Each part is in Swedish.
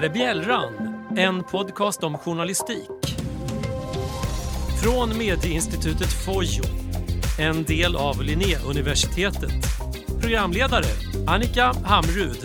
är Bjällran, en podcast om journalistik. Från Medieinstitutet Fojo, en del av Linnéuniversitetet. Programledare Annika Hamrud.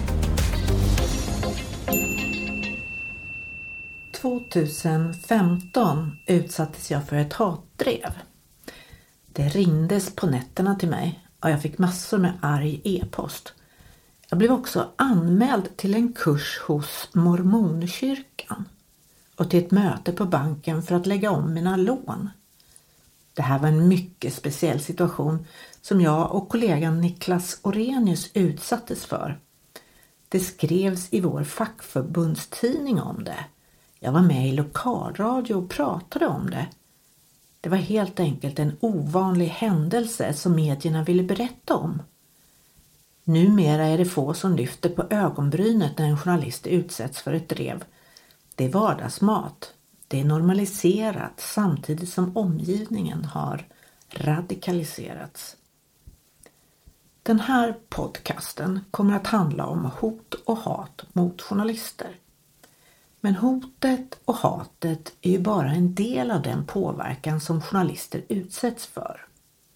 2015 utsattes jag för ett hatbrev. Det ringdes på nätterna till mig och jag fick massor med arg e-post. Jag blev också anmäld till en kurs hos Mormonkyrkan och till ett möte på banken för att lägga om mina lån. Det här var en mycket speciell situation som jag och kollegan Niklas Orenius utsattes för. Det skrevs i vår fackförbundstidning om det. Jag var med i lokalradio och pratade om det. Det var helt enkelt en ovanlig händelse som medierna ville berätta om. Numera är det få som lyfter på ögonbrynet när en journalist utsätts för ett drev. Det är vardagsmat. Det är normaliserat samtidigt som omgivningen har radikaliserats. Den här podcasten kommer att handla om hot och hat mot journalister. Men hotet och hatet är ju bara en del av den påverkan som journalister utsätts för.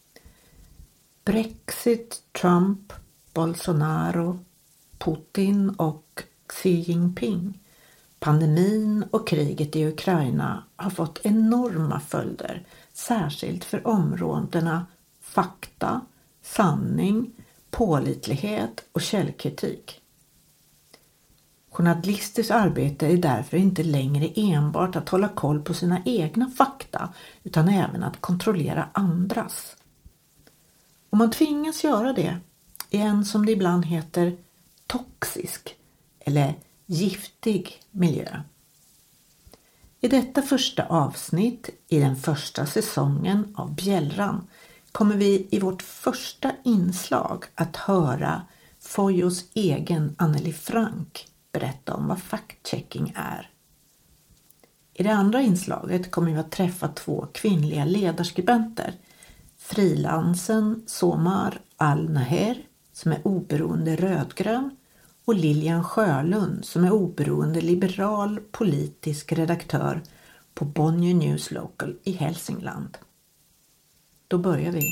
Brexit, Trump, Bolsonaro, Putin och Xi Jinping, pandemin och kriget i Ukraina har fått enorma följder, särskilt för områdena fakta, sanning, pålitlighet och källkritik. Journalistiskt arbete är därför inte längre enbart att hålla koll på sina egna fakta utan även att kontrollera andras. Om man tvingas göra det i en, som det ibland heter, toxisk eller giftig miljö. I detta första avsnitt i den första säsongen av Bjällran kommer vi i vårt första inslag att höra Fojos egen Anneli Frank berätta om vad fact-checking är. I det andra inslaget kommer vi att träffa två kvinnliga ledarskribenter. Frilansen Somar Al-Naher som är oberoende rödgrön och Lilian Sjölund som är oberoende liberal politisk redaktör på Bonnier News Local i Hälsingland. Då börjar vi.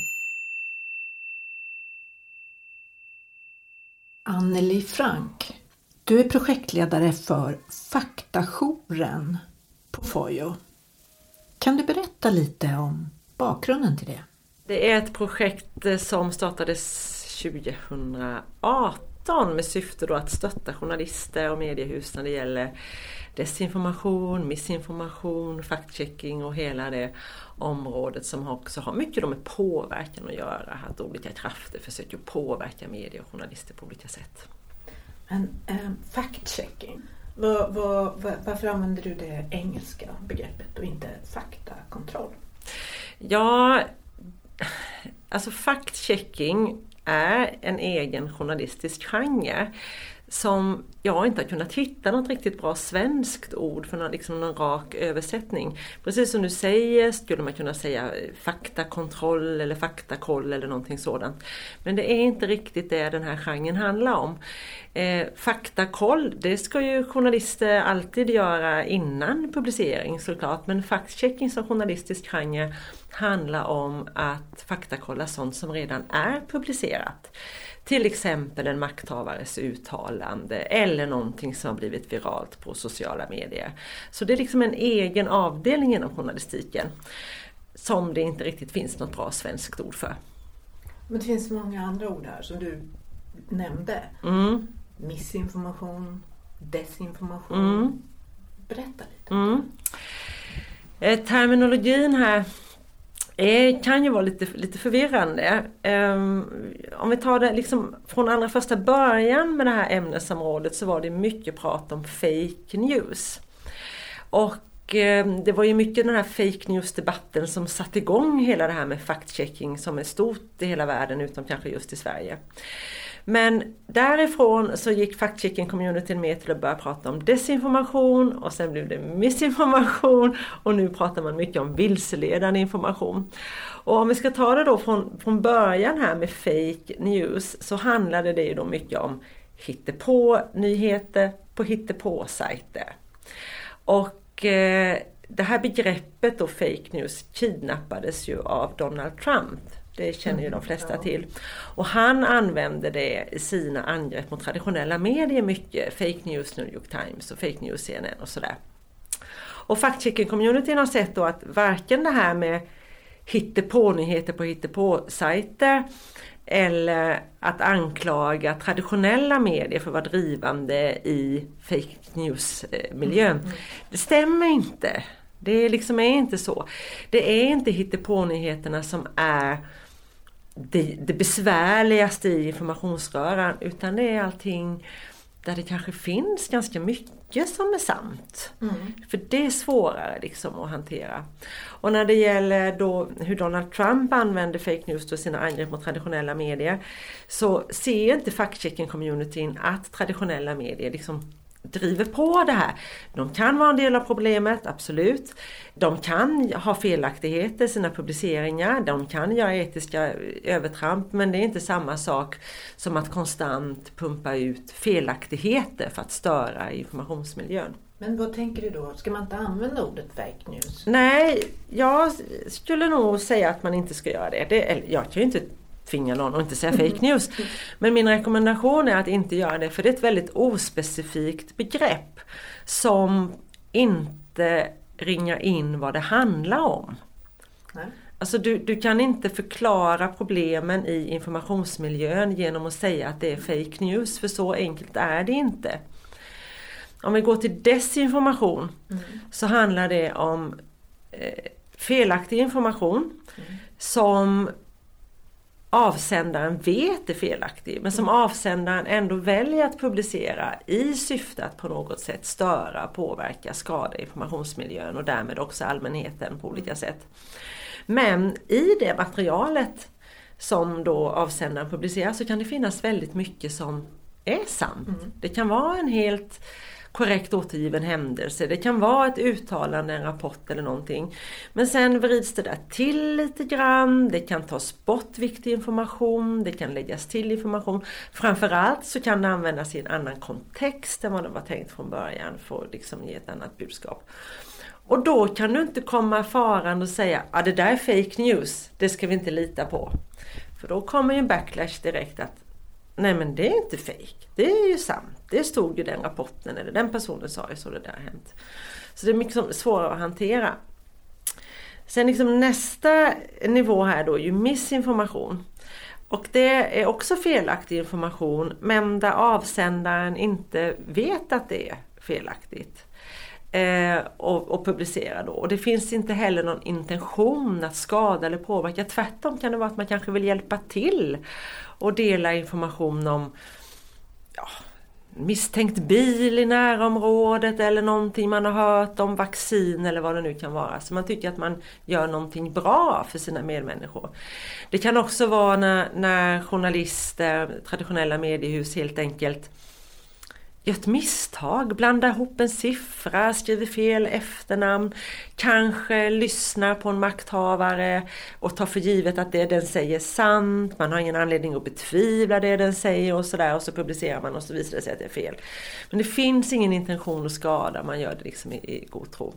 Anneli Frank, du är projektledare för Faktajouren på Fojo. Kan du berätta lite om bakgrunden till det? Det är ett projekt som startades 2018 med syfte då att stötta journalister och mediehus när det gäller desinformation, missinformation, fact-checking och hela det området som också har mycket med påverkan att göra. Att olika krafter försöker påverka medier och journalister på olika sätt. Men fact-checking, varför använder du det engelska begreppet och inte faktakontroll? Ja, alltså fact-checking är en egen journalistisk genre som jag inte har kunnat hitta något riktigt bra svenskt ord för någon rak översättning. Precis som du säger skulle man kunna säga faktakontroll eller faktakoll eller någonting sådant. Men det är inte riktigt det den här genren handlar om. Faktakoll, det ska ju journalister alltid göra innan publicering såklart. Men fact-checking som journalistisk genre handlar om att faktakolla sånt som redan är publicerat. Till exempel en makthavares uttalande eller någonting som har blivit viralt på sociala medier. Så det är liksom en egen avdelning inom journalistiken som det inte riktigt finns något bra svenskt ord för. Men det finns många andra ord här som du nämnde. Missinformation, desinformation. Berätta lite. Terminologin här kan ju vara lite förvirrande. Om vi tar det liksom från allra första början med det här ämnesområdet så var det mycket prat om fake news. Och det var ju mycket den här fake news-debatten som satte igång hela det här med fact-checking som är stort i hela världen utom kanske just i Sverige. Men därifrån så gick fact-checking-communityn med till att börja prata om desinformation och sen blev det missinformation och nu pratar man mycket om vilseledande information. Och om vi ska ta det då från början här med fake news så handlade det ju då mycket om hittepå-nyheter på hittepå-sajter. Och det här begreppet då fake news kidnappades ju av Donald Trump. Det känner ju de flesta till. Och han använde det i sina angrepp mot traditionella medier mycket. Fake news New York Times och fake news CNN och sådär. Och fact-checking-communityn har sett då att varken det här med hittepå-nyheter på hittepå-sajter eller att anklaga traditionella medier för att vara drivande i fake news-miljön. Det stämmer inte. Det liksom är inte så. Det är inte hittepå-nyheterna som är det besvärligaste i informationsröran, utan det är allting där det kanske finns ganska mycket som är sant. För det är svårare liksom att hantera. Och när det gäller då hur Donald Trump använder fake news och sina angrepp mot traditionella medier, så ser inte fact-checking-communityn att traditionella medier liksom driver på det här. De kan vara en del av problemet, absolut. De kan ha felaktigheter i sina publiceringar. De kan göra etiska övertramp, men det är inte samma sak som att konstant pumpa ut felaktigheter för att störa informationsmiljön. Men vad tänker du då? Ska man inte använda ordet fake news? Nej, jag skulle nog säga att man inte ska göra det. Jag kan ju inte tvinga någon och inte säga fake news. Men min rekommendation är att inte göra det, för det är ett väldigt ospecifikt begrepp som inte ringar in vad det handlar om. Nej. Alltså du kan inte förklara problemen i informationsmiljön genom att säga att det är fake news, för så enkelt är det inte. Om vi går till desinformation så handlar det om felaktig information som avsändaren vet är felaktig, men som avsändaren ändå väljer att publicera i syfte att på något sätt störa, påverka, skada informationsmiljön och därmed också allmänheten på olika sätt. Men i det materialet som då avsändaren publicerar så kan det finnas väldigt mycket som är sant. Det kan vara en helt korrekt återgiven händelse. Det kan vara ett uttalande, en rapport eller någonting. Men sen vrids det där till lite grann. Det kan tas bort viktig information. Det kan läggas till information. Framförallt så kan det användas i en annan kontext än vad det var tänkt från början för att liksom ge ett annat budskap. Och då kan du inte komma farande och säga det där är fake news. Det ska vi inte lita på. För då kommer ju backlash direkt att nej, men det är inte fake. Det är ju sant. Det stod ju den rapporten eller den personen sa ju så det där har hänt. Så det är mycket svårare att hantera. Sen liksom nästa nivå här då är ju missinformation. Och det är också felaktig information, men där avsändaren inte vet att det är felaktigt. Och publicera då. Och det finns inte heller någon intention att skada eller påverka. Tvärtom kan det vara att man kanske vill hjälpa till och dela information om misstänkt bil i närområdet eller någonting man har hört om vaccin eller vad det nu kan vara. Så man tycker att man gör någonting bra för sina medmänniskor. Det kan också vara när journalister, traditionella mediehus helt enkelt gör ett misstag, blandar ihop en siffra, skriver fel efternamn, kanske lyssnar på en makthavare och tar för givet att det den säger är sant, man har ingen anledning att betvivla det den säger och sådär, och så publicerar man och så visar det sig att det är fel. Men det finns ingen intention att skada, man gör det liksom i god tro.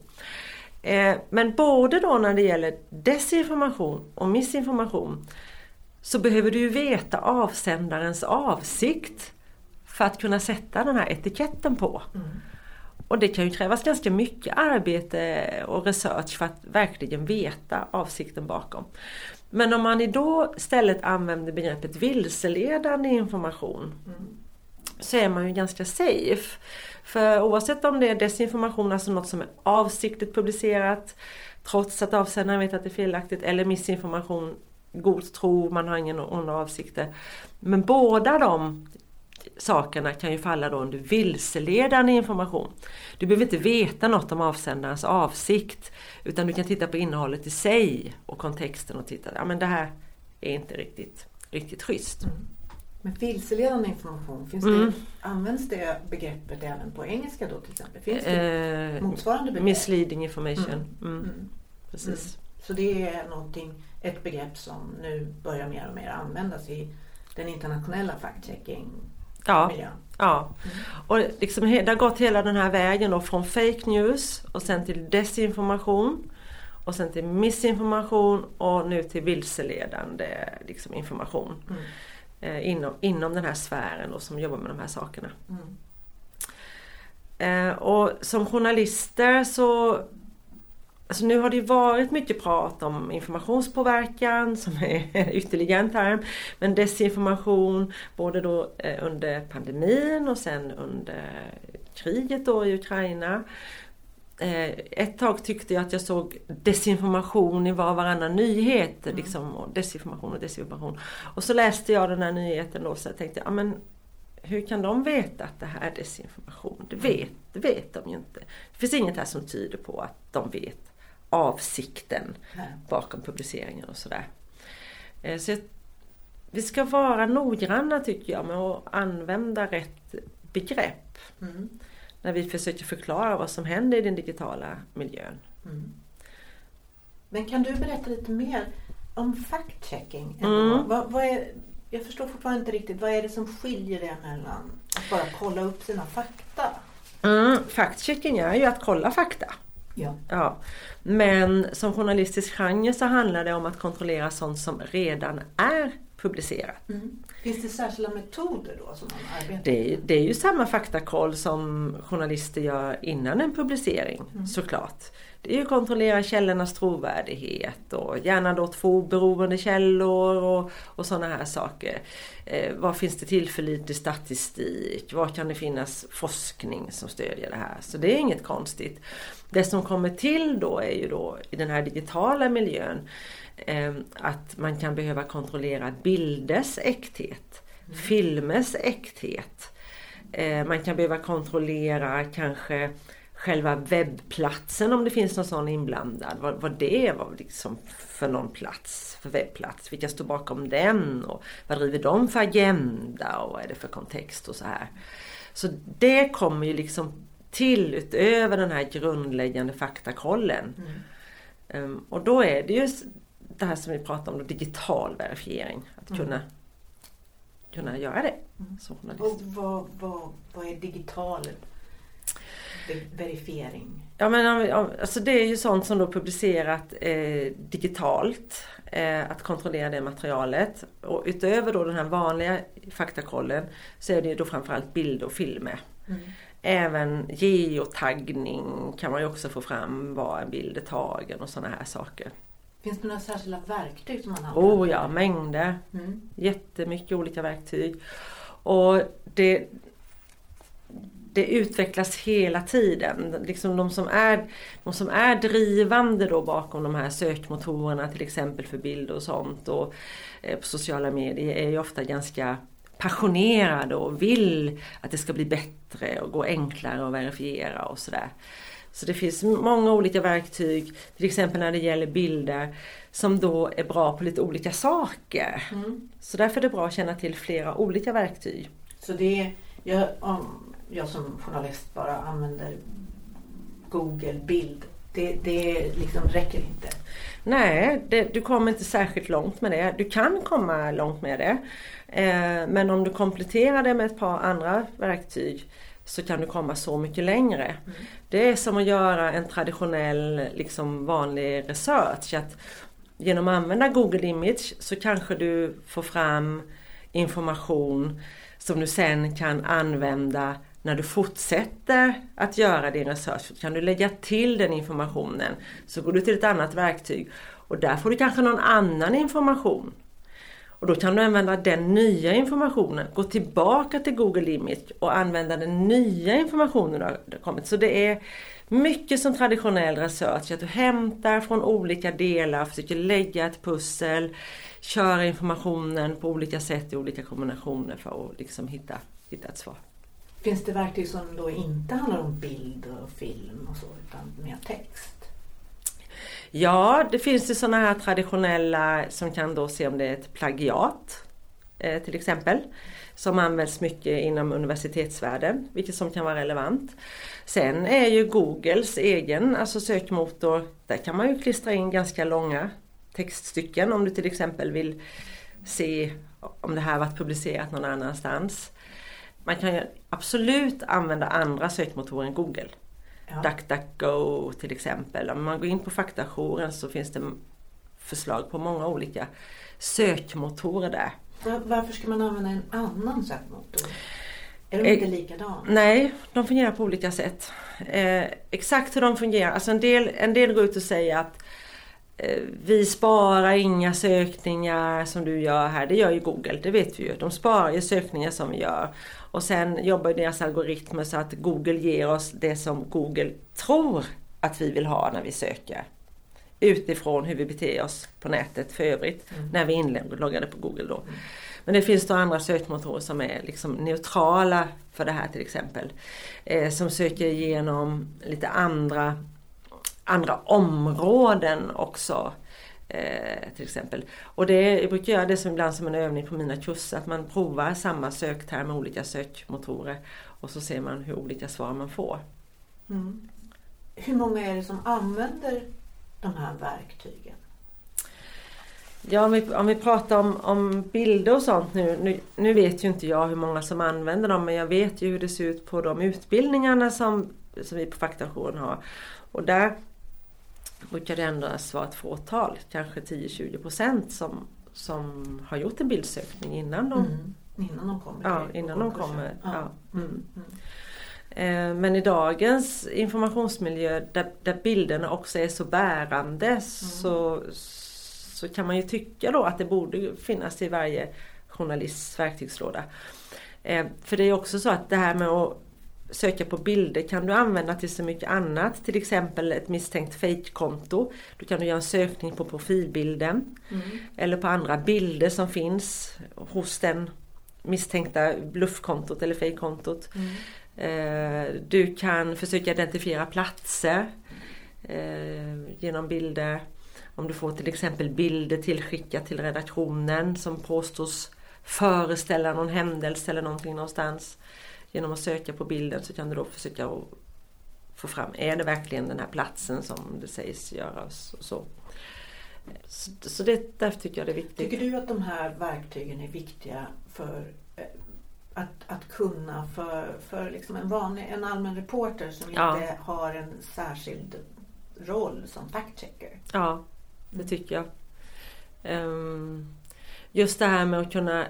Men både då när det gäller desinformation och missinformation så behöver du ju veta avsändarens avsikt för att kunna sätta den här etiketten på. Och det kan ju krävas ganska mycket arbete och research för att verkligen veta avsikten bakom. Men om man då istället använder begreppet vilseledande information så är man ju ganska safe. För oavsett om det är desinformation, alltså något som är avsiktligt publicerat trots att avsändaren vet att det är felaktigt, eller missinformation, god tro, man har ingen onda avsikter. Men båda de sakerna kan ju falla då under vilseledande information. Du behöver inte veta något om avsändarens avsikt, utan du kan titta på innehållet i sig och kontexten och titta, men det här är inte riktigt schysst. Men vilseledande information, används det begreppet även på engelska då till exempel? Finns det motsvarande begrepp? Misleading information. Precis. Så det är ett begrepp som nu börjar mer och mer användas i den internationella fact-checking miljön. Ja. Och liksom, det har gått hela den här vägen då, från fake news och sen till desinformation och sen till missinformation och nu till vilseledande liksom, information inom den här sfären då, som jobbar med de här sakerna. Och som journalister så alltså nu har det ju varit mycket prat om informationspåverkan som är ytterligare en term, men desinformation både då under pandemin och sen under kriget då i Ukraina. Ett tag tyckte jag att jag såg desinformation i varannan nyhet, liksom, och desinformation. Och så läste jag den här nyheten då, så jag tänkte, ja men hur kan de veta att det här är desinformation? Det vet de ju inte. Det finns inget här som tyder på att de vet avsikten bakom publiceringen och sådär. Så vi ska vara noggranna tycker jag med att använda rätt begrepp när vi försöker förklara vad som händer i den digitala miljön. Men kan du berätta lite mer om fact-checking? Jag förstår fortfarande inte riktigt, vad är det som skiljer det mellan att bara kolla upp sina fakta? Fact-checking är ju att kolla fakta. Ja. Men som journalistisk genre så handlar det om att kontrollera sånt som redan är publicerat. Finns det särskilda metoder då som man arbetar med? Det är ju samma faktakoll som journalister gör innan en publicering, såklart. Det är ju att kontrollera källornas trovärdighet och gärna då 2 beroende källor och sådana här saker. Vad finns det tillförlitlig statistik? Var kan det finnas forskning som stödjer det här? Så det är inget konstigt. Det som kommer till då är ju då i den här digitala miljön att man kan behöva kontrollera bilders äkthet, filmers äkthet. Man kan behöva kontrollera kanske själva webbplatsen om det finns någon sån inblandad. Vad det var liksom för någon plats, för webbplats. Vilka står bakom den och vad driver de för agenda och vad är det för kontext och så här. Så det kommer ju liksom till utöver den här grundläggande faktakollen. Och då är det ju det här som vi pratar om, digital verifiering. Att kunna göra det som journalist. Och vad är digital verifiering? Ja, men alltså det är ju sånt som då publicerat digitalt, att kontrollera det materialet. Och utöver då den här vanliga faktakollen så är det då framförallt bild och filmer. Även geotaggning kan man ju också få fram var en bild är tagen och sådana här saker. Finns det några särskilda verktyg som man använder? Oh ja, mängder. Jättemycket olika verktyg. Och det utvecklas hela tiden. Liksom de som är drivande då bakom de här sökmotorerna till exempel för bilder och sånt och på sociala medier är ju ofta ganska passionerade och vill att det ska bli bättre och gå enklare att verifiera och sådär. Så det finns många olika verktyg, till exempel när det gäller bilder som då är bra på lite olika saker. Så därför är det bra att känna till flera olika verktyg. Så det jag som journalist bara använder Google bild, det liksom räcker inte? Nej, du kommer inte särskilt långt med det. Du kan komma långt med det. Men om du kompletterar det med ett par andra verktyg så kan du komma så mycket längre. Det är som att göra en traditionell liksom vanlig research. Att genom att använda Google Image så kanske du får fram information som du sen kan använda när du fortsätter att göra din research. Så kan du lägga till den informationen. Så går du till ett annat verktyg och där får du kanske någon annan information. Och då kan du använda den nya informationen, gå tillbaka till Google Image och använda den nya informationen som har kommit. Så det är mycket som traditionell research, att du hämtar från olika delar, försöker lägga ett pussel, köra informationen på olika sätt i olika kombinationer för att liksom hitta ett svar. Finns det verktyg som då inte handlar om bild och film och så, utan mer text? Ja, det finns ju sådana här traditionella som kan då se om det är ett plagiat till exempel. Som används mycket inom universitetsvärlden, vilket som kan vara relevant. Sen är ju Googles egen alltså sökmotor, där kan man ju klistra in ganska långa textstycken om du till exempel vill se om det här varit publicerat någon annanstans. Man kan ju absolut använda andra sökmotorer än Google. Ja. DuckDuckGo till exempel. Om man går in på Faktajouren så finns det förslag på många olika sökmotorer där. Varför ska man använda en annan sökmotor? Är de inte likadana? Nej, de fungerar på olika sätt. Exakt hur de fungerar. Alltså en del går ut och säger att vi sparar inga sökningar som du gör här. Det gör ju Google, det vet vi ju. De sparar ju sökningar som vi gör. Och sen jobbar deras algoritmer så att Google ger oss det som Google tror att vi vill ha när vi söker. Utifrån hur vi beter oss på nätet för övrigt. När vi inloggade på Google då. Men det finns då andra sökmotorer som är liksom neutrala för det här till exempel. Som söker igenom lite andra områden också. Till exempel. Och jag brukar göra det ibland som en övning på mina kurser. Att man provar samma sökterm med olika sökmotorer. Och så ser man hur olika svar man får. Mm. Hur många är det som använder de här verktygen? Ja, om vi pratar om bilder och sånt nu vet ju inte jag hur många som använder dem, men jag vet ju hur det ser ut på de utbildningarna som vi på Faktajouren har. Och där brukar det ändå vara ett fåtal, kanske 10-20% som har gjort en bildsökning innan de kommer. Ja, innan de kommer. Ja. Men i dagens informationsmiljö där bilderna också är så bärande så kan man ju tycka då att det borde finnas i varje journalists verktygslåda. För det är också så att det här med att söka på bilder kan du använda till så mycket annat. Till exempel ett misstänkt fake-konto. Då kan du göra en sökning på profilbilden. Eller på andra bilder som finns hos den misstänkta bluffkontot eller fake-kontot. Du kan försöka identifiera platser genom bilder. Om du får till exempel bilder tillskickat till redaktionen som påstås föreställa någon händelse eller någonting någonstans. Genom att söka på bilden så kan du då försöka få fram, är det verkligen den här platsen som det sägs göras och så. Så därför tycker jag det är viktigt. Tycker du att de här verktygen är viktiga för att kunna för liksom en allmän reporter som inte har en särskild roll som fact-checker? Ja, det tycker jag. Just det här med att kunna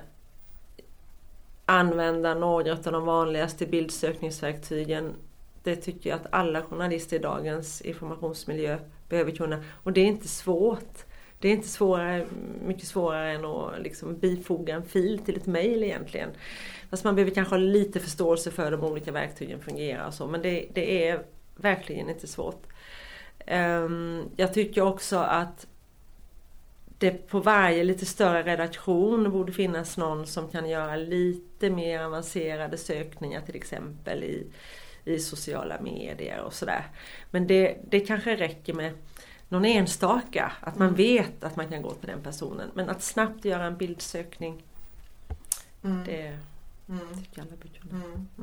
använda några av de vanligaste bildsökningsverktygen, det tycker jag att alla journalister i dagens informationsmiljö behöver kunna. Och det är inte svårt. Det är inte mycket svårare än att liksom bifoga en fil till ett mejl egentligen. Fast man behöver kanske ha lite förståelse för de olika verktygen fungerar och så. Men det är verkligen inte svårt. Jag tycker också att det på varje lite större redaktion borde finnas någon som kan göra lite mer avancerade sökningar till exempel i sociala medier och sådär. Men det kanske räcker med någon enstaka, att man vet att man kan gå till den personen. Men att snabbt göra en bildsökning, det tycker alla borde kunna.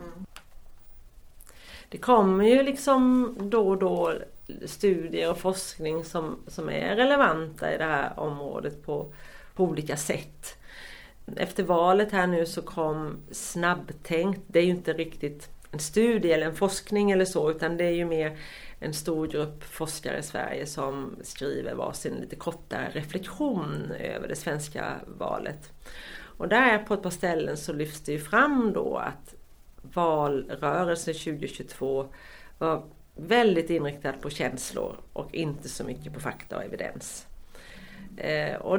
Det kommer ju liksom då och då studier och forskning som är relevanta i det här området på olika sätt. Efter valet här nu så kom Snabbtänkt. Det är ju inte riktigt en studie eller en forskning eller så, utan det är ju mer en stor grupp forskare i Sverige som skriver varsin lite kortare reflektion över det svenska valet. Och där på ett par ställen så lyfts det ju fram då att valrörelsen 2022 var väldigt inriktad på känslor och inte så mycket på fakta och evidens. Och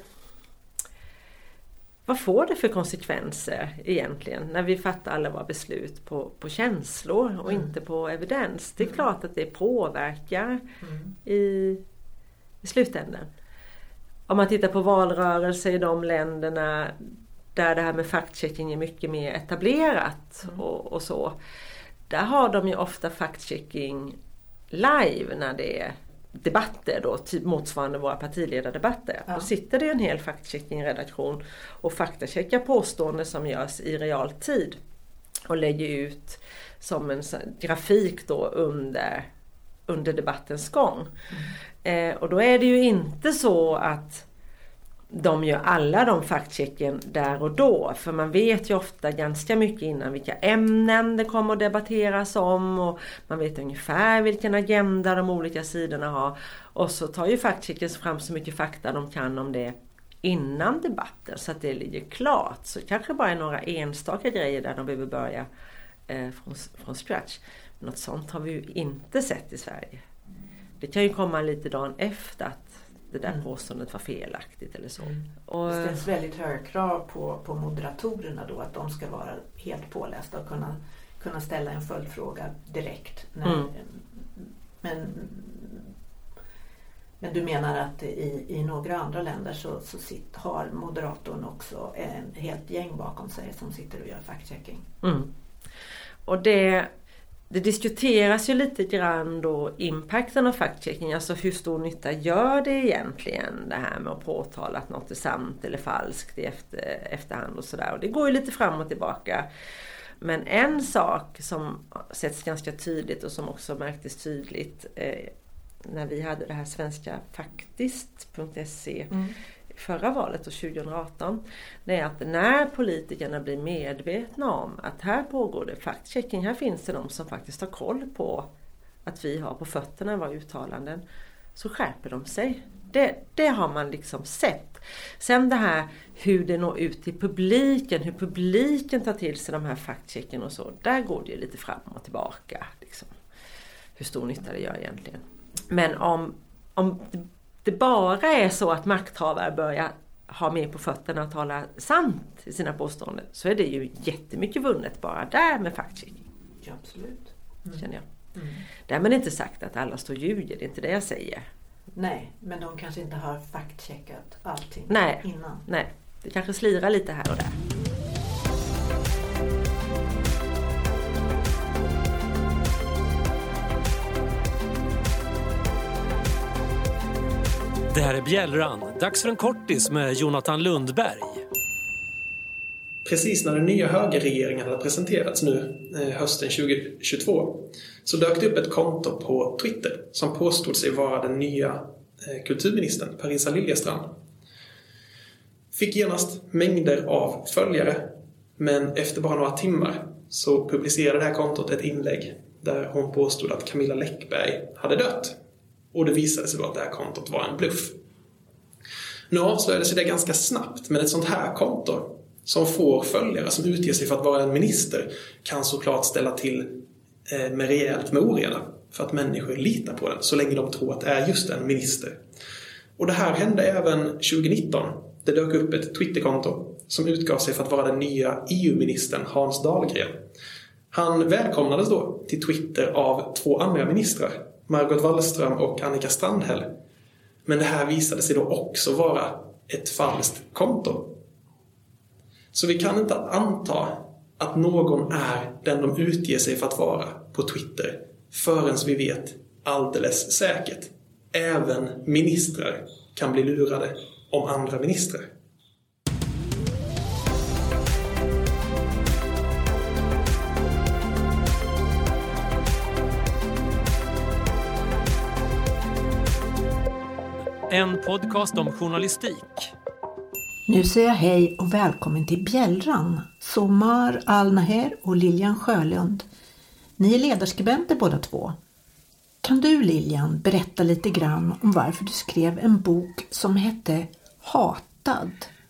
vad får det för konsekvenser egentligen när vi fattar alla våra beslut på känslor och inte på evidens? Det är klart att det påverkar i slutändan. Om man tittar på valrörelser i de länderna där det här med fact-checking är mycket mer etablerat och så. Där har de ju ofta fact-checking live när det är debatter då, typ motsvarande våra partiledardebatter. Då sitter det en hel fact-checking-redaktion och faktacheckar påståenden som görs i realtid och lägger ut som en grafik då under debattens gång. Och då är det ju inte så att de gör alla de faktchecken där och då. För man vet ju ofta ganska mycket innan vilka ämnen det kommer att debatteras om. Och man vet ungefär vilken agenda de olika sidorna har. Och så tar ju faktchecken fram så mycket fakta de kan om det innan debatten. Så att det ligger klart. Så kanske bara är några enstaka grejer där de behöver börja från scratch. Men något sånt har vi ju inte sett i Sverige. Det kan ju komma lite dagen efter att det där påståendet var felaktigt eller så. Och det ställs väldigt höga krav på moderatorerna då, att de ska vara helt pålästa och kunna ställa en följdfråga direkt. Men du menar att i några andra länder så har moderatorn också en helt gäng bakom sig som sitter och gör fact-checking. Och det diskuteras ju lite grann då impacten av fact-checking, alltså hur stor nytta gör det egentligen det här med att påtala att något är sant eller falskt i efterhand och sådär. Och det går ju lite fram och tillbaka. Men en sak som sätts ganska tydligt och som också märktes tydligt när vi hade det här svenska faktiskt.se förra valet och 2018, det är att när politikerna blir medvetna om att här pågår det fact-checking, här finns det de som faktiskt har koll på att vi har på fötterna vad uttalanden, så skärper de sig. Det har man liksom sett. Sen det här hur det når ut till publiken, hur publiken tar till sig de här fact-checken och så, där går det ju lite fram och tillbaka liksom. Hur stor nytta det gör egentligen. Men om det bara är så att makthavare börjar ha mer på fötterna och tala sant i sina påståenden, så är det ju jättemycket vunnet bara där med fact-checking. Ja, absolut. Känner jag. Därmed är inte sagt att alla står ljuger, det är inte det jag säger. Nej, men de kanske inte har fact-checkat allting innan. Nej, det kanske slirar lite här och där. Det här är Bjällran. Dags för en kortis med Jonathan Lundberg. Precis när den nya högerregeringen hade presenterats nu hösten 2022 så dök det upp ett konto på Twitter som påstod sig vara den nya kulturministern Parisa Liljestrand. Fick genast mängder av följare, men efter bara några timmar så publicerade det här kontot ett inlägg där hon påstod att Camilla Läckberg hade dött. Och det visade sig då att det här kontot var en bluff. Nu avslöjade sig det ganska snabbt, men ett sånt här konto som får följare som utger sig för att vara en minister kan såklart ställa till med rejält med oreda för att människor litar på den så länge de tror att det är just en minister. Och det här hände även 2019. Det dök upp ett Twitterkonto som utgav sig för att vara den nya EU-ministern Hans Dahlgren. Han välkomnades då till Twitter av 2 andra ministrar, Margot Wallström och Annika Strandhäll. Men det här visade sig då också vara ett falskt konto. Så vi kan inte anta att någon är den de utger sig för att vara på Twitter förrän vi vet alldeles säkert. Även ministrar kan bli lurade om andra ministrar. En podcast om journalistik. Nu säger jag hej och välkommen till Bjällran, Somar Al-Naher och Lilian Sjölund. Ni är ledarskribenter båda två. Kan du, Lilian, berätta lite grann om varför du skrev en bok som hette Hatad?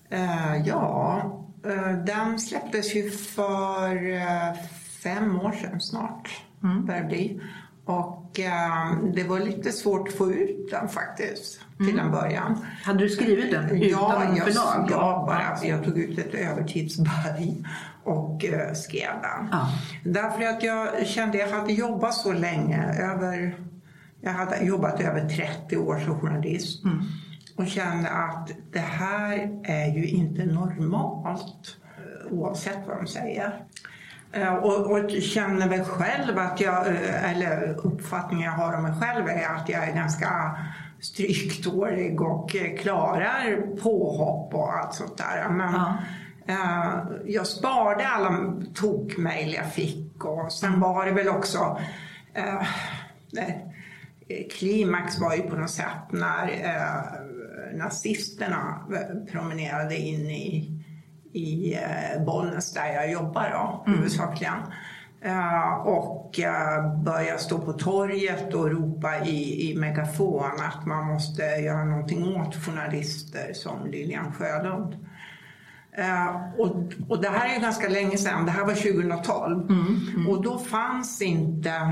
Den släpptes ju för 5 år sedan snart, börjar det bli. Och det var lite svårt att få ut den faktiskt till en början. Hade du skrivit den utan förlag? Ja, jag tog ut ett övertidsberg och skrev den. Ja. Därför att jag kände att jag hade jobbat så länge. Jag hade jobbat över 30 år som journalist. Och kände att det här är ju inte normalt oavsett vad de säger. Och känner väl själv att eller uppfattningen jag har om mig själv är att jag är ganska stryktårig och klarar påhopp och allt sånt där. Men jag sparade alla tokmejl jag fick och sen var det väl också klimax var ju på något sätt när nazisterna promenerade in i Bollnäs där jag jobbar då, huvudsakligen. Och börja stå på torget och ropa i megafon att man måste göra någonting åt journalister som Lilian Sjölund. Och det här är ganska länge sedan, det här var 2012 och då fanns inte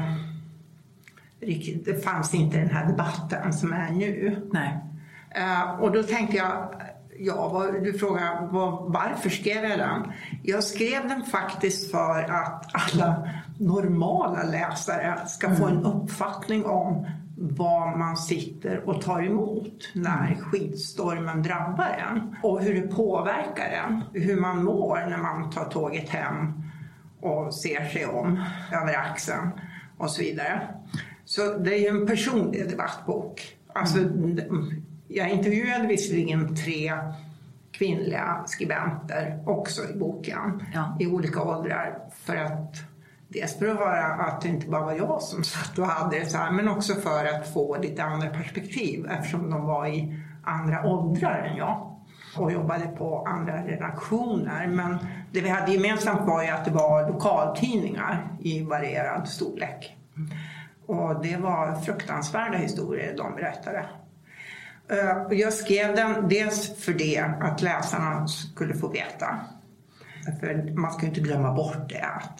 den här debatten som är nu. Nej. Och då tänkte jag, du frågar varför skrev jag den? Jag skrev den faktiskt för att alla normala läsare ska få en uppfattning om vad man sitter och tar emot när skitstormen drabbar en. Och hur det påverkar en. Hur man mår när man tar tåget hem och ser sig om över axeln och så vidare. Så det är ju en personlig debattbok. Alltså, jag intervjuade visserligen 3 kvinnliga skribenter också i boken i olika åldrar för att dels för att höra att det inte bara var jag som satt och hade det så här, men också för att få lite andra perspektiv eftersom de var i andra åldrar än jag och jobbade på andra redaktioner. Men det vi hade gemensamt var ju att det var lokaltidningar i varierad storlek. Och det var fruktansvärda historier de berättade. Jag skrev den dels för det att läsarna skulle få veta. För man ska inte glömma bort det att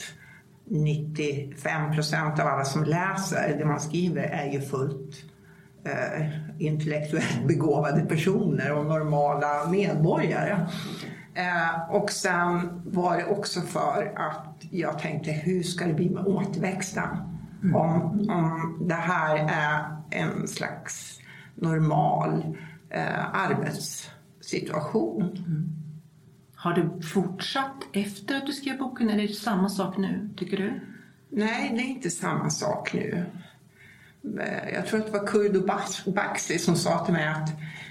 95% av alla som läser det man skriver är ju fullt intellektuellt begåvade personer och normala medborgare. Och sen var det också för att jag tänkte hur ska det bli med återväxten om det här är en slags normal arbetssituation. Har du fortsatt efter att du skrev boken eller är det samma sak nu, tycker du? Nej, det är inte samma sak nu. Jag tror att det var Kurdo Baxi som sa till mig att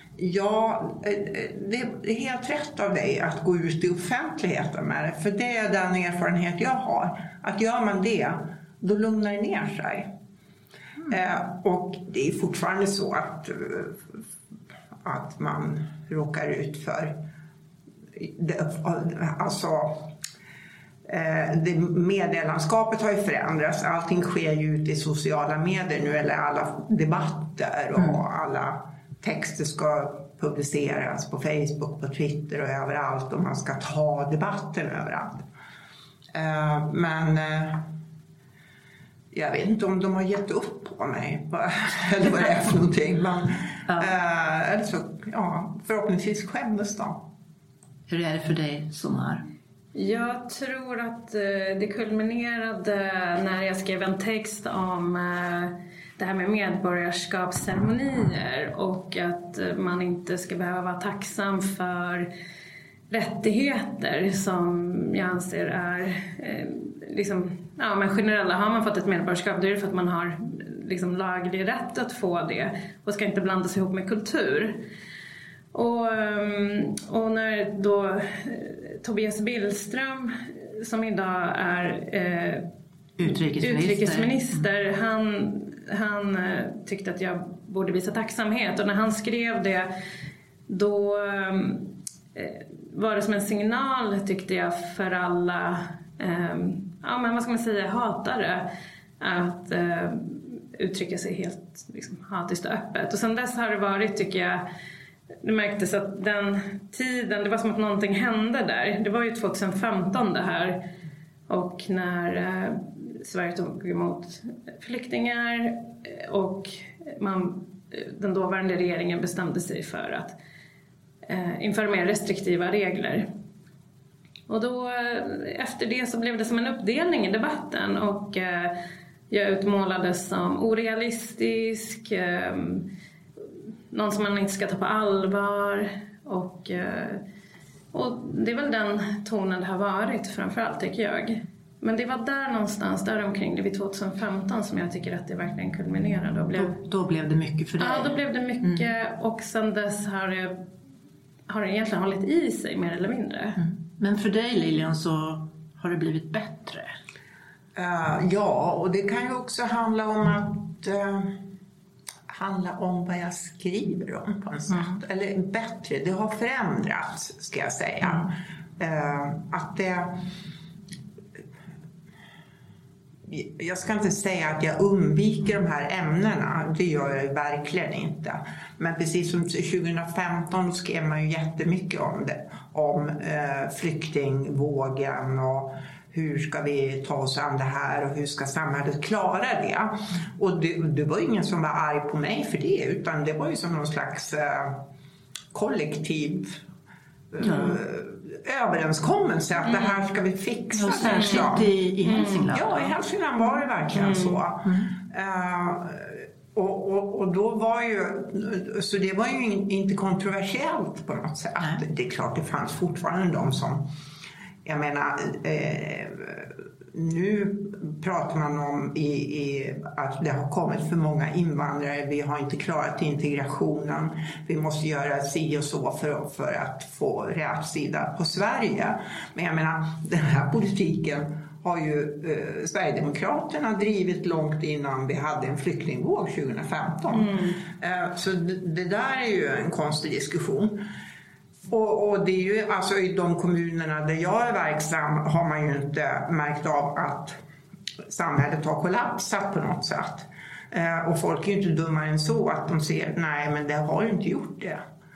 det är helt rätt av dig att gå ut i offentligheten med det. För det är den erfarenhet jag har. Att gör man det, då lugnar det ner sig. Och det är fortfarande så att man råkar ut för det medielandskapet har ju förändrats. Allting sker ju ute i sociala medier nu, eller alla debatter och alla texter ska publiceras på Facebook, på Twitter och överallt, och man ska ta debatten överallt. Men jag vet inte om de har gett upp på mig eller vad det är för någonting. Men, eller så, förhoppningsvis skämdes de. Hur är det för dig, Sommar? Jag tror att det kulminerade när jag skrev en text om det här med medborgarskapsceremonier och att man inte ska behöva vara tacksam för rättigheter som jag anser är men generella. Har man fått ett medborgarskap, då är det för att man har liksom laglig rätt att få det och ska inte blandas ihop med kultur. Och när då Tobias Billström, som idag är utrikesminister, han tyckte att jag borde visa tacksamhet, och när han skrev det, då var det som en signal, tyckte jag, för alla hatare att uttrycka sig helt hatiskt och öppet. Och sen dess har det varit, tycker jag, det märktes att den tiden, det var som att någonting hände där. Det var ju 2015 det här, och när Sverige tog emot flyktingar och den dåvarande regeringen bestämde sig för att införa mer restriktiva regler. Och då efter det så blev det som en uppdelning i debatten, och jag utmålades som orealistisk, någon som man inte ska ta på allvar, och det är väl den tonen det har varit framförallt, tycker jag. Men det var där någonstans, där omkring det vid 2015, som jag tycker att det verkligen kulminerade. Då blev det mycket för dig? Ja, då blev det mycket, och sen dess har det egentligen hållit i sig mer eller mindre. Men för dig, Lilian, så har det blivit bättre? Ja, och det kan ju också handla om att handla om vad jag skriver om på något sätt. Eller bättre, det har förändrats ska jag säga. Att det... Jag ska inte säga att jag undviker de här ämnena, det gör jag verkligen inte. Men precis som 2015 skrev man ju jättemycket om det. Om flyktingvågen och hur ska vi ta oss an det här och hur ska samhället klara det. Och det var ingen som var arg på mig för det, utan det var ju som någon slags kollektiv överenskommelse att det här ska vi fixa. Och särskilt i Hälsingland. Ja, i Hälsingland var det verkligen så. Och då var ju, så det var ju inte kontroversiellt på något sätt. Det är klart det fanns fortfarande de som, jag menar, nu pratar man om att det har kommit för många invandrare, vi har inte klarat integrationen, vi måste göra si och så för att få rätt sida på Sverige. Men jag menar, den här politiken har ju Sverigedemokraterna drivit långt innan vi hade en flyktingvåg 2015. Så det där är ju en konstig diskussion. Och det är ju, alltså i de kommunerna där jag är verksam har man ju inte märkt av att samhället har kollapsat på något sätt. Och folk är ju inte dummare än så att de ser, nej men det har ju inte gjort det.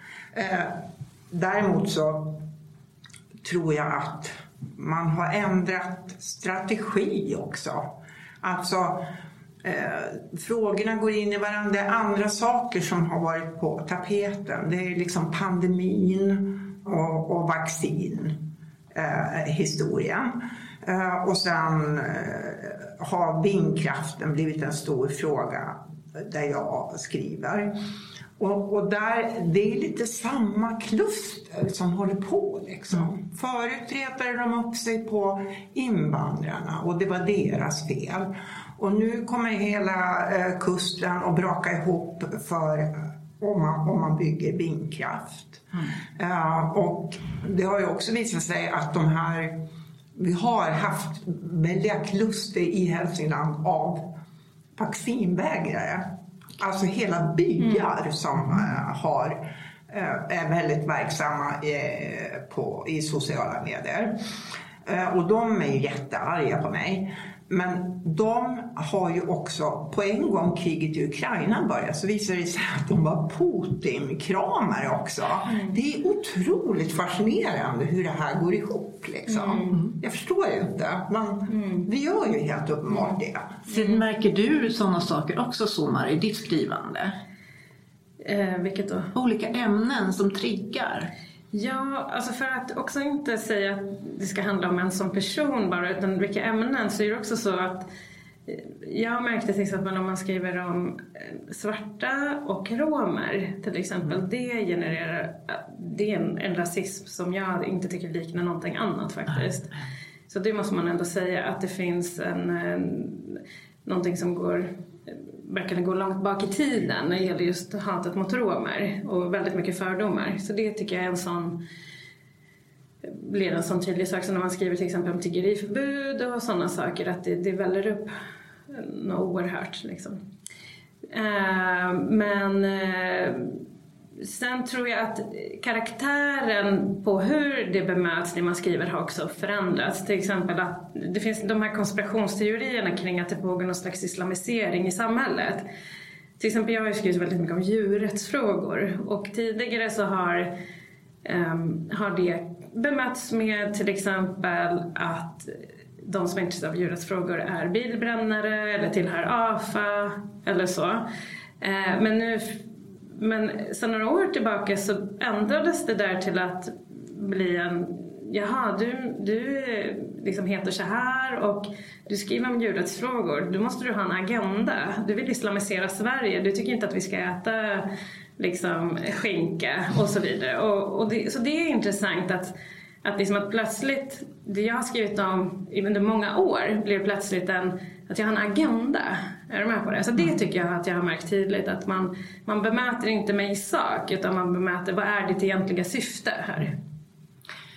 Däremot så tror jag att man har ändrat strategi också. Alltså frågorna går in i varandra. Det är andra saker som har varit på tapeten. Det är liksom pandemin och vaccin historien. Och sen har vindkraften blivit en stor fråga där jag skriver. Och där, det är lite samma kluster som håller på liksom. Förut retade de upp sig på invandrarna och det var deras fel. Och nu kommer hela kusten att braka ihop för om man bygger vindkraft. Och det har ju också visat sig att vi har haft väldiga kluster i Hälsingland av vaccinvägrare. Alltså hela byar som är väldigt verksamma i sociala medier. Och de är ju jättearga på mig. Men de har ju också, på en gång kriget i Ukraina började, så visade det sig att de var Putin-kramare också. Det är otroligt fascinerande hur det här går ihop liksom. Jag förstår ju inte. Vi gör ju helt uppenbart det. Sen märker du sådana saker också, Somar, i ditt skrivande? Vilket då? Olika ämnen som triggar. Ja, alltså för att också inte säga att det ska handla om en som person bara, utan vilka ämnen, så är det också så att jag märkte till exempel om man skriver om svarta och romer till exempel, det genererar, det är en rasism som jag inte tycker liknar någonting annat faktiskt. Så det måste man ändå säga, att det finns någonting som verkligen går långt bak i tiden när det gäller just hatet mot romer och väldigt mycket fördomar. Så det tycker jag är blir en sån tydlig sak. Så när man skriver till exempel om tiggeriförbud och sådana saker, att det väller upp något oerhört liksom. Men sen tror jag att karaktären på hur det bemöts när man skriver har också förändrats. Till exempel att det finns de här konspirationsteorierna kring att det pågår någon slags islamisering i samhället. Till exempel jag har ju skrivit väldigt mycket om djurrättsfrågor. Och tidigare så har det bemötts med till exempel att de som är intresserade av djurrättsfrågor är bilbrännare eller tillhör AFA eller så. Men sedan några år tillbaka så ändrades det där till att bli du liksom heter så här och du skriver om djurrättsfrågor. Då måste du ha en agenda. Du vill islamisera Sverige. Du tycker inte att vi ska äta liksom skinka och så vidare. Så det är intressant att plötsligt, det jag har skrivit om under många år blir plötsligt att jag har en agenda. Är du med på det? Så det tycker jag att jag har märkt tydligt. Att man bemöter inte mig i sak, utan man bemöter vad är ditt egentliga syfte här.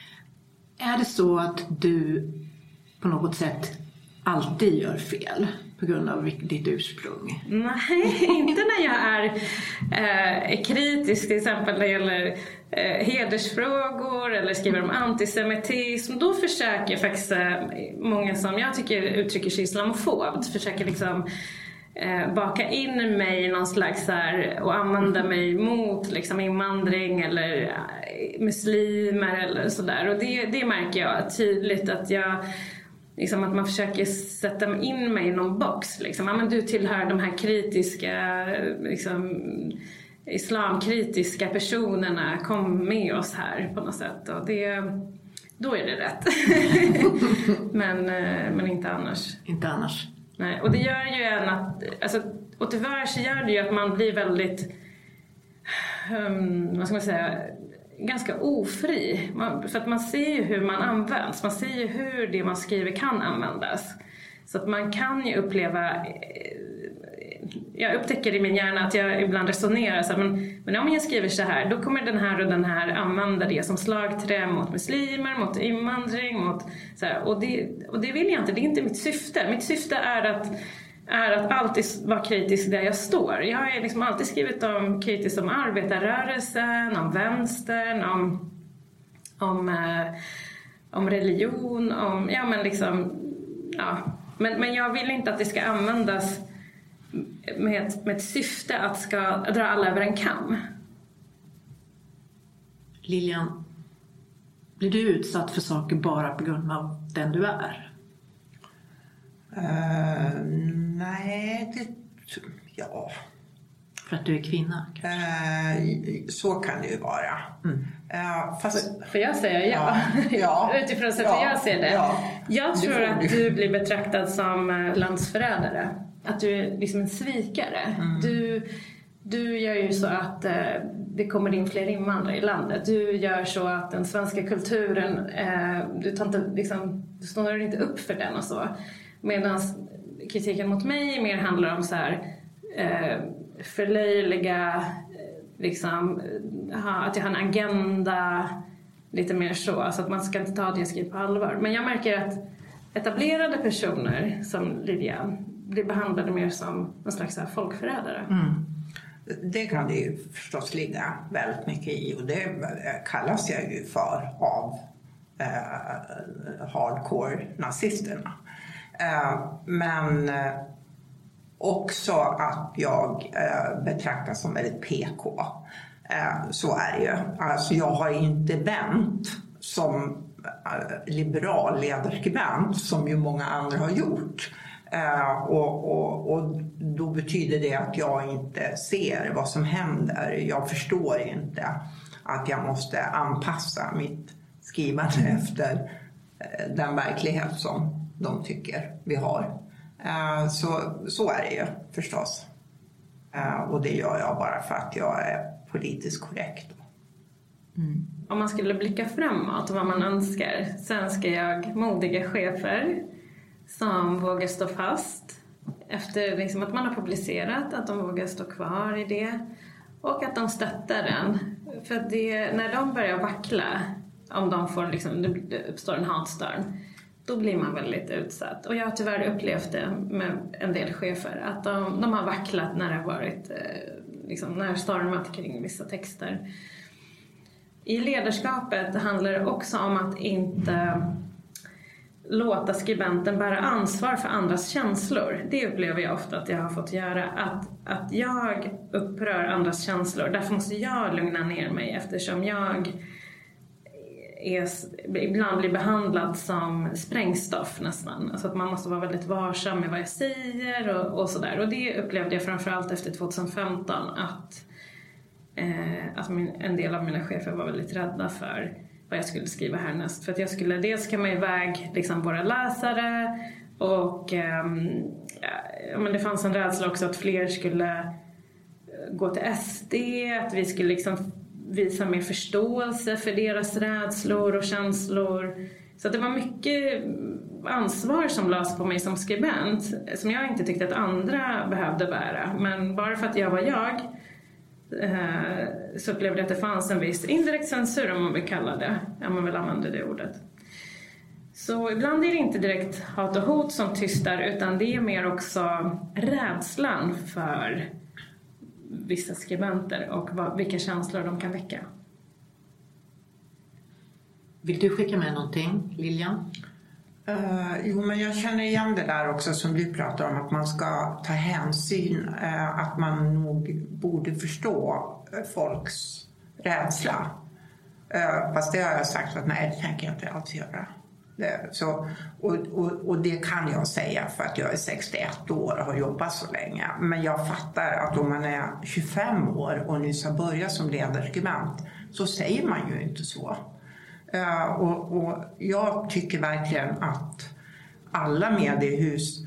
Är det så att du på något sätt alltid gör fel? på grund av ditt ursprung? Nej, inte när jag är kritisk till exempel när det gäller hedersfrågor eller skriver om antisemitism. Då försöker faktiskt många som jag tycker uttrycker sig islamofobt försöker liksom baka in mig i någon slags här, och använda mig mot liksom invandring eller muslimer eller sådär. Och det märker jag tydligt att jag liksom att man försöker sätta in mig i någon box liksom. Ja, men du tillhör de här kritiska liksom, islamkritiska personerna, kom med oss här på något sätt. Och då är det rätt. men inte annars. Inte annars. Nej, och det gör ju att alltså, och tyvärr så gör det ju att man blir väldigt vad ska man säga, ganska ofri. För att man ser ju hur man används. Man ser ju hur det man skriver kan användas. Så att man kan ju uppleva... Jag upptäcker i min hjärna att jag ibland resonerar så här, men om jag skriver så här, då kommer den här och den här använda det som slagträ mot muslimer, mot invandring, mot så här, och det vill jag inte, det är inte mitt syfte. Mitt syfte är att alltid vara kritisk där jag står. Jag har liksom alltid skrivit om kritiskt om arbetarrörelsen, om vänstern, om religion, om ja men liksom ja, men jag vill inte att det ska användas med ett syfte att ska dra alla över en kam. Lilian, blir du utsatt för saker bara på grund av den du är? Nej, ja. För att du är kvinna? Så kan det ju vara. För jag säger ja. Utifrån sättet jag ser det. Ja. Jag tror att du blir betraktad som landsförrädare. Att du är liksom en svikare. Du gör ju så att det kommer in fler invandrare i landet. Du gör så att den svenska kulturen, du står inte upp för den och så. Medan kritiken mot mig mer handlar om så här förlöjliga liksom, att jag har en agenda lite mer så att man ska inte ta det jag skriver på allvar. Men jag märker att etablerade personer som Lilian blir behandlade mer som en slags här folkförrädare. Det kan det ju förstås ligga väldigt mycket i, och det kallas jag ju för av hardcore-nazisterna. Men också att jag betraktas som väldigt PK. Så är det ju. Alltså jag har inte vänt som liberal ledarskribent som ju många andra har gjort. Och då betyder det att jag inte ser vad som händer. Jag förstår inte att jag måste anpassa mitt skrivande efter den verklighet som de tycker vi har. Så är det ju förstås. Och det gör jag bara för att jag är politiskt korrekt. Om man skulle blicka framåt och vad man önskar, så önskar jag modiga chefer som vågar stå fast efter liksom att man har publicerat, att de vågar stå kvar i det och att de stöttar den. För att när de börjar vackla, om de får liksom, det uppstår en hatstorm, då blir man väldigt utsatt. Och jag har tyvärr upplevt det med en del chefer, att de har vacklat när det har varit liksom, när stormat kring vissa texter. I ledarskapet handlar det också om att inte låta skribenten bära ansvar för andras känslor. Det upplever jag ofta att jag har fått göra. Att jag upprör andras känslor. Därför måste jag lugna ner mig, eftersom jag ibland blir behandlad som sprängstoff nästan. Alltså att man måste vara väldigt varsam med vad jag säger och sådär. Och det upplevde jag framförallt efter 2015 att en del av mina chefer var väldigt rädda för vad jag skulle skriva härnäst. För att jag skulle dels komma iväg liksom våra läsare och men det fanns en rädsla också att fler skulle gå till SD, att vi skulle liksom visa mer förståelse för deras rädslor och känslor. Så att det var mycket ansvar som lades på mig som skribent som jag inte tyckte att andra behövde bära. Men bara för att jag var jag så upplevde jag att det fanns en viss indirekt censur, om man vill kalla det, om man vill använda det ordet. Så ibland är det inte direkt hat och hot som tystar, utan det är mer också rädslan för vissa skribenter och vilka känslor de kan väcka. Vill du skicka med någonting, Lilian? Jo, men jag känner igen det där också som du pratar om, att man ska ta hänsyn, att man nog borde förstå folks rädsla. Fast det har jag sagt att nej, det tänker jag inte alls göra. Och det kan jag säga för att jag är 61 år och har jobbat så länge. Men jag fattar att om man är 25 år och nyss har börjat som ledarskribent, så säger man ju inte så. Och jag tycker verkligen att alla mediehus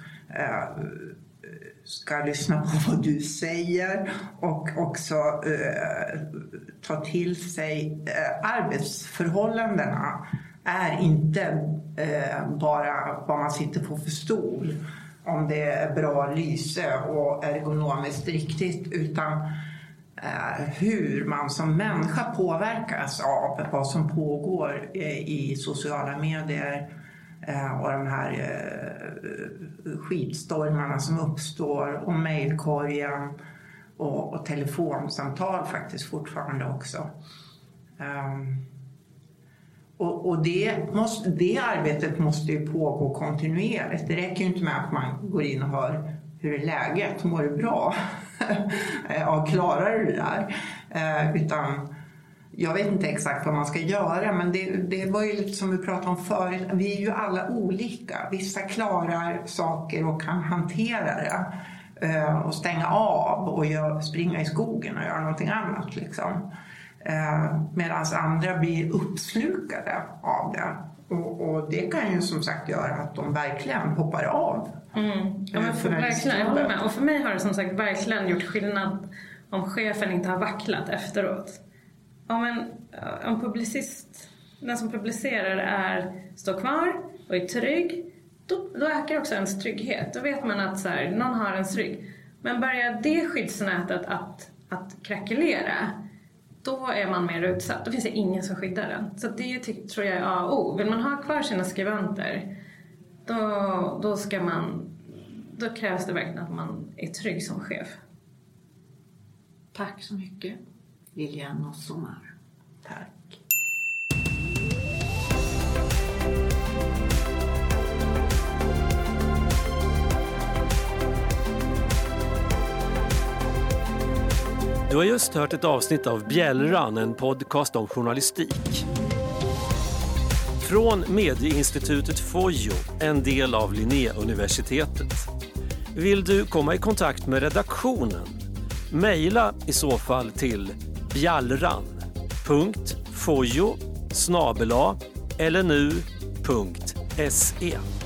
ska lyssna på vad du säger och också ta till sig arbetsförhållandena är inte bara vad man sitter på för stol, om det är bra lyse och ergonomiskt riktigt, utan hur man som människa påverkas av vad som pågår i sociala medier och de här skitstormarna som uppstår, och mejlkorgen och telefonsamtal faktiskt fortfarande också. Och det arbetet måste ju pågå kontinuerligt. Det räcker ju inte med att man går in och hör hur är läget, mår du bra? Ja, klarar du det där? Utan jag vet inte exakt vad man ska göra, men det var ju lite som vi pratade om förut. Vi är ju alla olika. Vissa klarar saker och kan hantera det och stänga av och springa i skogen och göra någonting annat liksom. Medan andra blir uppslukade av det. Och det kan ju som sagt göra att de verkligen hoppar av. Ja, men verkligen. Och för mig har det som sagt verkligen gjort skillnad om chefen inte har vacklat efteråt. Om publicist, den som publicerar står kvar och är trygg, då ökar också ens trygghet. Då vet man att så här, någon har ens rygg. Men börjar det skyddsnätet att krackelera, då är man mer utsatt. Då finns det ingen som skyddar den. Så det tror jag är A och O. Vill man ha kvar sina skribenter, då krävs det verkligen att man är trygg som chef. Tack så mycket, Lilian och Somar. Tack. Du har just hört ett avsnitt av Bjällran, en podcast om journalistik. Från Medieinstitutet Fojo, en del av Linnéuniversitetet. Vill du komma i kontakt med redaktionen? Mejla i så fall till bjallran.fojo@lnu.se.